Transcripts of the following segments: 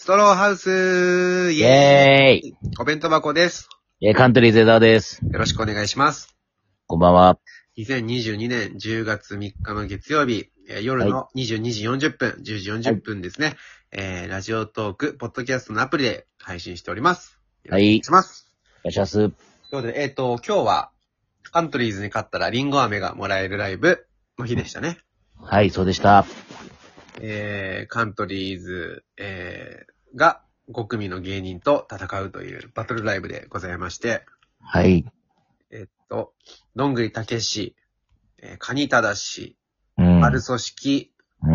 ストローハウスイイエーイェーイ。 お弁当箱です。 カントリーズ江澤です。 よろしくお願いします。 こんばんは。 2022年10月3日の月曜日、夜の22時40分、10時40分ですね、ラジオトーク、ポッドキャストのアプリで配信しております。よろしくお願いします。 お願いします。 ということで、今日は、カントリーズに勝ったらリンゴ飴がもらえるライブの日でしたね。 はい、そうでした。 カントリーズ、が5組の芸人と戦うというバトルライブでございまして、 はい。 どんぐりたけし、カニタダシ、 うん。 丸組織、 うん。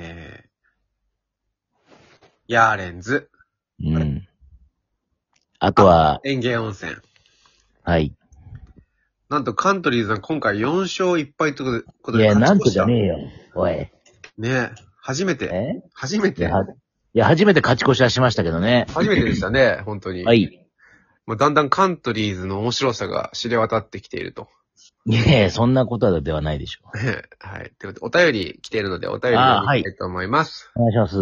ヤーレンズ、 うん。あとは、 園芸温泉。 はい。 なんとカントリーズは今回4勝1敗ということでいや、なんと勝ち越した。 じゃねえよ。おい。 ねえ、初めて。初めて。 いや、初めて勝ち越しはしましたけどね。 初めてでしたね、本当に。 はい。 もうだんだんカントリーズの面白さが知れ渡ってきていると。 いや、そんなことではないでしょはい。ということで、お便り来ているので、お便り読んでいきたいと思います。 お願いします。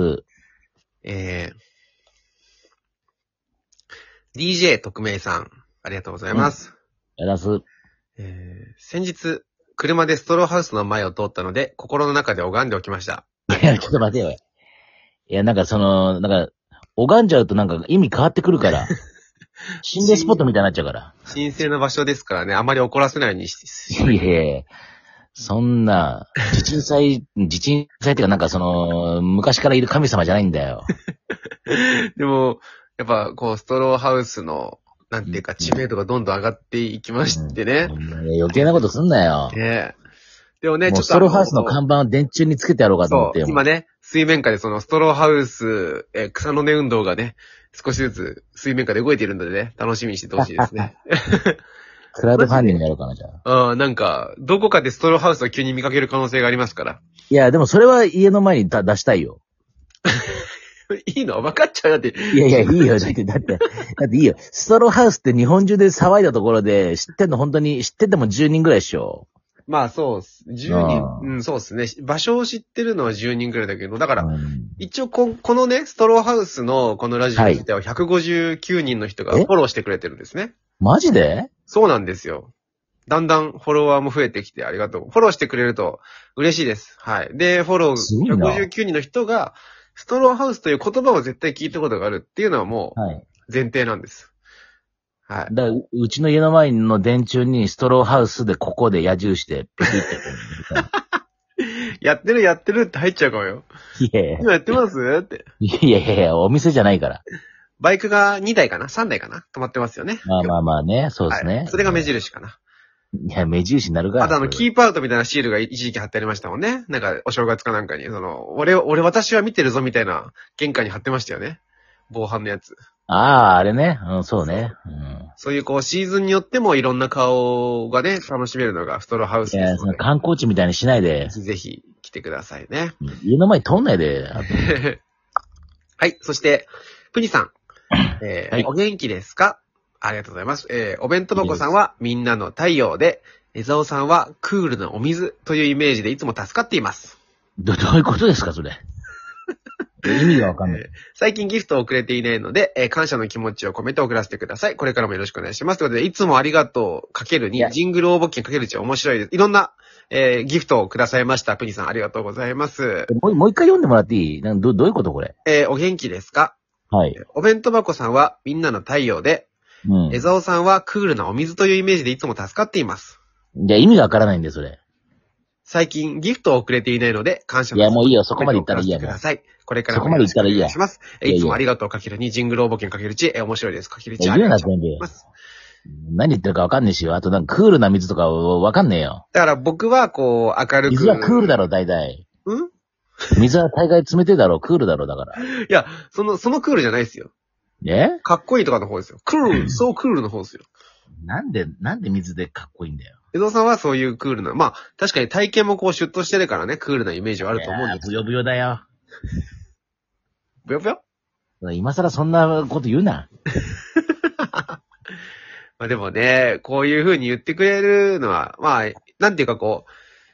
DJ 特命さん、ありがとうございます。 やらす。 先日、車でストローハウスの前を通ったので、心の中で拝んでおきました。 いや、ちょっと待てよ。いや、なんか拝んじゃうとなんか意味変わってくるから。心霊スポットみたいになっちゃうから。 神聖な場所ですからね、あまり怒らせないようにしいやいやそんな、地鎮祭っていうかなんか昔からいる神様じゃないんだよ。 でも、やっぱ、こう、ストローハウスの、なんていうか、知名度がどんどん上がっていきましてね。 余計なことすんなよ。 ねでもね、ちょっとストローハウスの看板を電柱につけてやろうかと思って。 今ね、水面下でそのストローハウス、草の根運動がね、少しずつ水面下で動いているのでね、楽しみにしててほしいですね。 クラウドファンディングやろうかな、じゃあ。なんか、どこかでストローハウスを急に見かける可能性がありますから。 いや、でもそれは家の前に出したいよ。 いいの分かっちゃうだって。 いやいや、いいよ。だっていいよ。ストローハウスって日本中で騒いだところで、知ってても10人ぐらいでしょ。 まあそうっす。10人、そうっすね。場所を知ってるのは10人ぐらいだけど、だから、一応このね、ストローハウスのこのラジオ自体は159人の人がフォローしてくれてるんですね。 マジで？ そうなんですよ。だんだんフォロワーも増えてきてありがとう。フォローしてくれると嬉しいです。はい。で、フォロー159人の人が、ストローハウスという言葉を絶対聞いたことがあるっていうのはもう、前提なんです。はい。 うちの家の前の電柱にストローハウスでここで矢印でピピって。 やってるって入っちゃうかもよ。 いやいや。 今やってますって。 いや、お店じゃないから。 バイクが2台かな ?3 台かな止まってますよね。 まあね、そうですね。はい、 それが目印かな。 いや、目印になるから。 あとキープアウトみたいなシールが一時期貼ってありましたもんね。なんか、お正月かなんかに、私は見てるぞみたいな玄関に貼ってましたよね。防犯のやつ。 あれね。そうね。 そういうシーズンによってもいろんな顔がね、楽しめるのがストローハウスですので。 いや、観光地みたいにしないで。 ぜひ来てくださいね。 家の前に通んないで。 はい、そして、プニさん。 はい、 お元気ですか？ありがとうございます。お弁当箱さんはみんなの太陽で、江沢さんはクールなお水というイメージでいつも助かっています。 どういうことですか、それ。意味がわかんない。 最近ギフトをくれていないので、感謝の気持ちを込めて送らせてください。これからもよろしくお願いします。ということで、いつもありがとうかける2、ジングル応募券かける1面白いです。いろんな、ギフトをくださいました。プニさんありがとうございます。 もう一回読んでもらっていい？どういうことこれ？ お元気ですか？ はい。 お弁当箱さんはみんなの太陽で、江沢さんはクールなお水というイメージでいつも助かっています。 いや、意味がわからないんで、それ。 最近ギフトをくれていないので、感謝のいや、もういいよ、そこまで言ったらいいや。 ください。これからもよろしくお願いします。 そこまで言ったらいいや。 いつもありがとうかける2、ジングル応募券かける1、面白いです。かける1。 言うな、全部。何言ってるかわかんねえしよ。あとクールな水とかわかんねえよ。 だから僕は明るく。 水はクールだろ、大体。水は大概冷てえだろ、クールだろ、だから。 いや、そのクールじゃないですよ。かっこいいとかの方ですよ。クール、そうクールの方ですよ。 なんで水でかっこいいんだよ。 江戸さんはそういうクールな、まあ、確かに体型もシュッとしてるからね、クールなイメージはあると思うんですブヨブヨだよ。 ブヨブヨ？ 今更そんなこと言うな。 まあでもね、こういう風に言ってくれるのは、まあ、なんていうか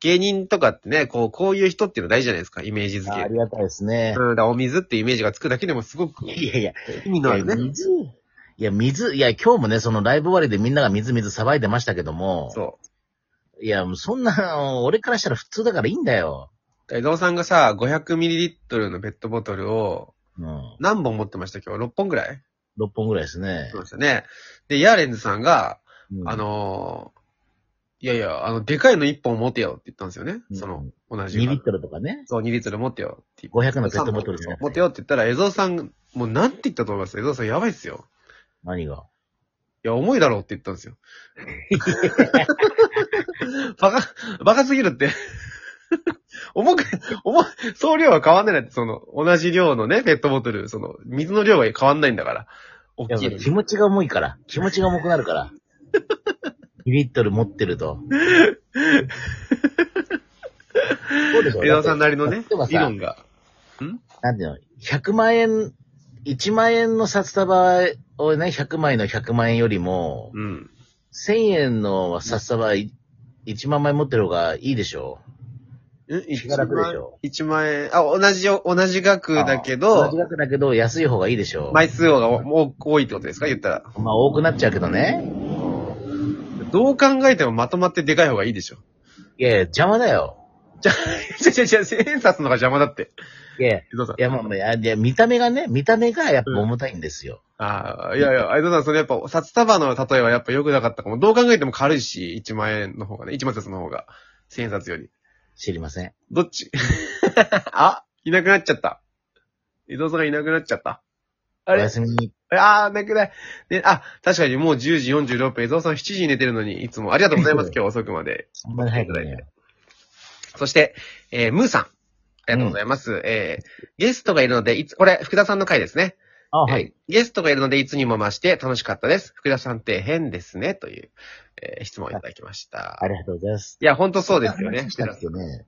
芸人とかってね、こういう人っていうの大事じゃないですか、イメージ付け。 ありがたいですね。 だからお水っていうイメージがつくだけでもすごくいやいや、 意味のあるね。 いや、今日もね、そのライブ終わりでみんなが水騒いでましたけども。 そいや、もうそんな、俺からしたら普通だからいいんだよ。 う。江戸さんがさ、500ml のペットボトルをうん。 何本持ってました今日 ?6 本ぐらい 6本ぐらいですね。 そうですよね。で、ヤーレンズさんが、 うんいやいや、でかいの1本持てよって言ったんですよね。 うんその、同じ。 2リットルとかね。 そう、2リットル持ってよって言って。 500のペットボトルじゃなくて持ってよって言ったら、江蔵さん、もうなんて言ったと思います江蔵さんやばいっすよ。 何がいや、重いだろうって言ったんですよ。バカすぎるって。総量は変わんないって、同じ量のね、ペットボトル、水の量は変わんないんだから。大きいのに。 気持ちが重いから。気持ちが重くなるから。2リットル持ってると。そうでしょ。 江田さんなりのね、 例えばさ理論が。 なんていうの ?100 万円、1万円の札束をね、100枚の100万円よりも、 うん。 1000円の札束1万枚持ってる方がいいでしょ。気が楽でしょ。 1万円、同じ額だけど、 同じ額だけど安い方がいいでしょ。 枚数が多いってことですか言ったら。 まあ多くなっちゃうけどね。 どう考えてもまとまってでかい方がいいでしょ。 いやいや、邪魔だよ。 じゃ、千円札の方が邪魔だって。 いやいや、まあ、いや、見た目がやっぱ重たいんですよ。 ああ、いやいや、相田さん、やっぱ、札束の例えはやっぱ良くなかったかも。どう考えても軽いし、1万円の方がね、1万札の方が、千円札より。 知りません。 どっちいなくなっちゃった。伊藤さんがいなくなっちゃった。あおれやすみ。 なくない。ね、確かにもう10時46分、伊藤さん7時に寝てるのに、いつもありがとうございます、今日遅くまで。 そんなに早くないよ。 そして、ムーさん。ありがとうございます。ゲストがいるので、これ、福田さんの回ですね。 はい。 ゲストがいるので、いつにも増して楽しかったです。福田さんって変ですね、という、質問をいただきました。 ありがとうございます。 いや、ほんとそうですよね。 したっけね。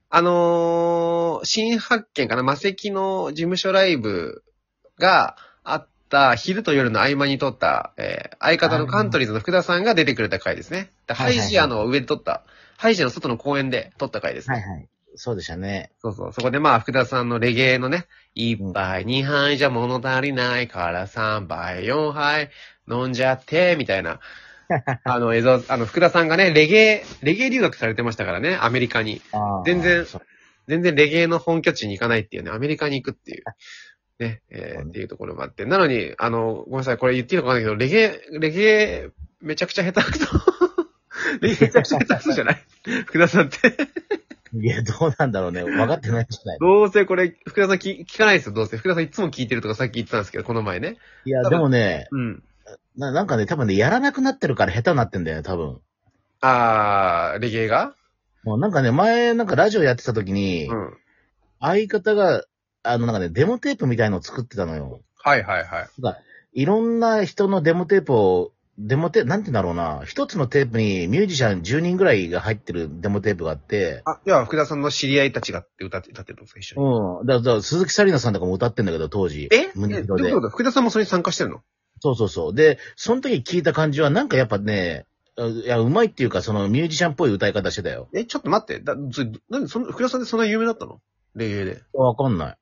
新発見かな、魔石の事務所ライブがあった昼と夜の合間に撮った、相方のカントリーズの福田さんが出てくれた回ですね。ハイジアの上で撮った、ハイジアの外の公園で撮った回ですね。 はいはい。そうでしたね。 そうそう。そこでまあ、福田さんのレゲエのね、1杯、2杯じゃ物足りないから3杯、4杯飲んじゃって、みたいな。福田さんがね、レゲエ留学されてましたからね、アメリカに。全然レゲエの本拠地に行かないっていうね、アメリカに行くっていう。ね、っていうところもあって。なのに、ごめんなさい、これ言っていいのかわかんないけど、レゲエ、めちゃくちゃ下手くそ。レゲエめちゃくちゃ下手くそじゃない福田さんって。 いや、どうなんだろうね。分かってないんじゃないどうせこれ、福田さん聞かないですよ、どうせ。福田さんいつも聞いてるとかさっき言ってたんですけど、この前ね。 いや、でもね、 うん。 なんかね、多分ね、やらなくなってるから下手になってんだよね、多分。 レゲエがもうなんかね、前、なんかラジオやってた時に、 うん。 相方が、なんかね、デモテープみたいのを作ってたのよ。 はいはいはい。 いろんな人のデモテープを、なんて言うんだろうな。一つのテープにミュージシャン10人ぐらいが入ってるデモテープがあって。 いや、福田さんの知り合いたちがって歌ってるんですか、一緒に。 うん。だから鈴木紗理奈さんとかも歌ってんだけど、当時。 どういうこと福田さんもそれに参加してるのそう。で、その時聞いた感じは、なんかやっぱね、いや、うまいっていうか、そのミュージシャンっぽい歌い方してたよ。 ちょっと待って。福田さんってそんな有名だったのレゲエで。 わかんない。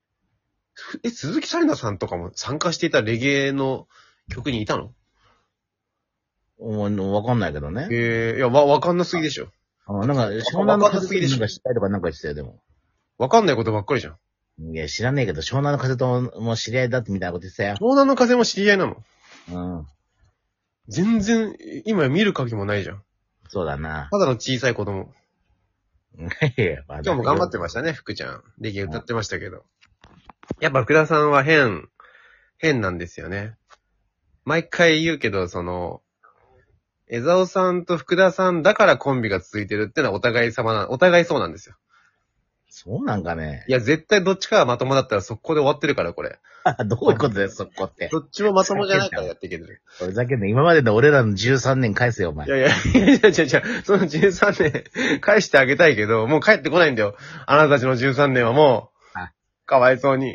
鈴木紗理奈さんとかも参加していたレゲエの曲にいたのわかんないけどね。 いや、わかんなすぎでしょ。 なんか、湘南の風となんか知ったいとかなんか言ってたよ、でも。 わかんないことばっかりじゃん。 いや、知らねえけど、湘南の風とも知り合いだってみたいなこと言ってたよ。 湘南の風も知り合いなのうん。 全然、今見る影もないじゃん。 そうだな。 ただの小さい子供。 いや、 今日も頑張ってましたね、福ちゃん。レゲエ歌ってましたけど。やっぱ福田さんは変なんですよね。毎回言うけど、江沢さんと福田さんだからコンビが続いてるってのはお互いそうなんですよ。 そうなんかね。 いや、絶対どっちかがまともだったら速攻で終わってるから、これ。 どういうことだよ、そこって。 どっちもまともじゃないからやっていけてる。 ふざけんな、今までの俺らの13年返せよ、お前。 いや、その13年返してあげたいけど、もう帰ってこないんだよ。あなたたちの13年はもう、かわいそうに。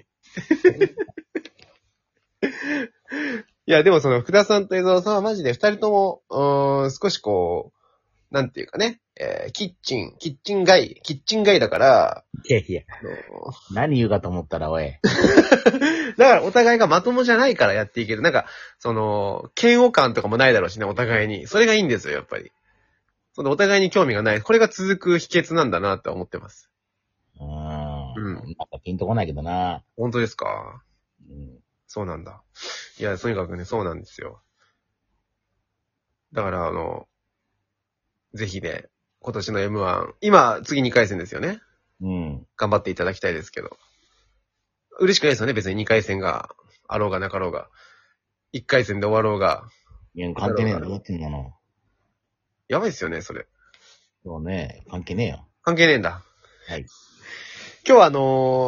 いや、でも福田さんと江沢さんはマジで二人とも、少しなんていうかね、キッチン街だから、 いやいや、何言うかと思ったら、おい。 だからお互いがまともじゃないからやっていける。なんか、嫌悪感とかもないだろうしね、お互いに。それがいいんですよ、やっぱり。お互いに興味がない。これが続く秘訣なんだなって思ってます。 なんかピンとこないけどな。 本当ですか？ うん。 そうなんだ。いや、とにかくね、そうなんですよ。だから、ぜひね、今年の M1、今、次2回戦ですよね。 うん。 頑張っていただきたいですけど。嬉しくないですよね、別に2回戦があろうがなかろうが。1回戦で終わろうが。 いや、関係ねえんだ、だってんなの。 やばいっすよね、それ。 そうね、関係ねえよ。 関係ねえんだ。 はい。 今日は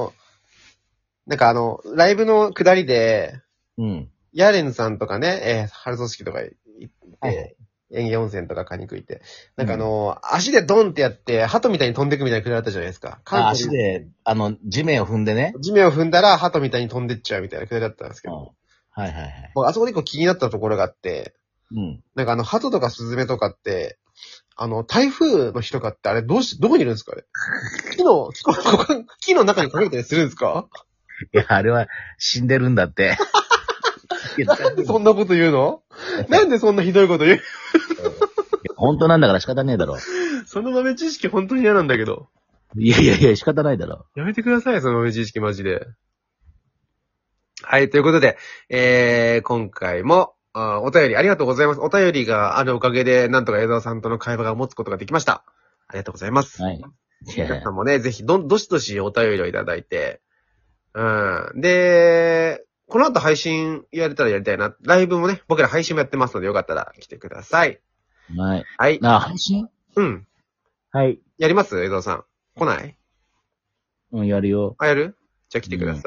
ライブの下りで、 うん。 ヤーレンさんとかね、春組織とか行って、 はい演芸温泉とかカニ食いて、足でドンってやって、鳩みたいに飛んでくみたいなくだったじゃないですか。 足で、地面を踏んでね。 地面を踏んだら鳩みたいに飛んでっちゃうみたいなくだりだったんですけうん。 ど、 はいはいはい。 僕あそこで一個気になったところがあって、 うん。 鳩とかスズメとかって、台風の日とかってあれどこにいるんですかね？木の中に隠れたりするんですか？ いや、あれは死んでるんだって。 なんでそんなこと言うの？なんでそんなひどいこと言う？ 本当なんだから仕方ねえだろ。 その豆知識本当に嫌なんだけど。 いやいやいや、仕方ないだろ。 やめてください、その豆知識マジで。はい、ということで、今回も、お便りありがとうございます。お便りがあるおかげで、なんとか江沢さんとの会話が持つことができました。ありがとうございます。 はい。いや皆さんもね、ぜひどしどしお便りをいただいて、で、この後配信やれたらやりたいな。ライブもね、僕ら配信もやってますので、よかったら来てください。 はい。 はい。 配信？ うん。 はい。 やります江沢さん。来ない？ うん、やるよ。 やる？じゃあ来てください。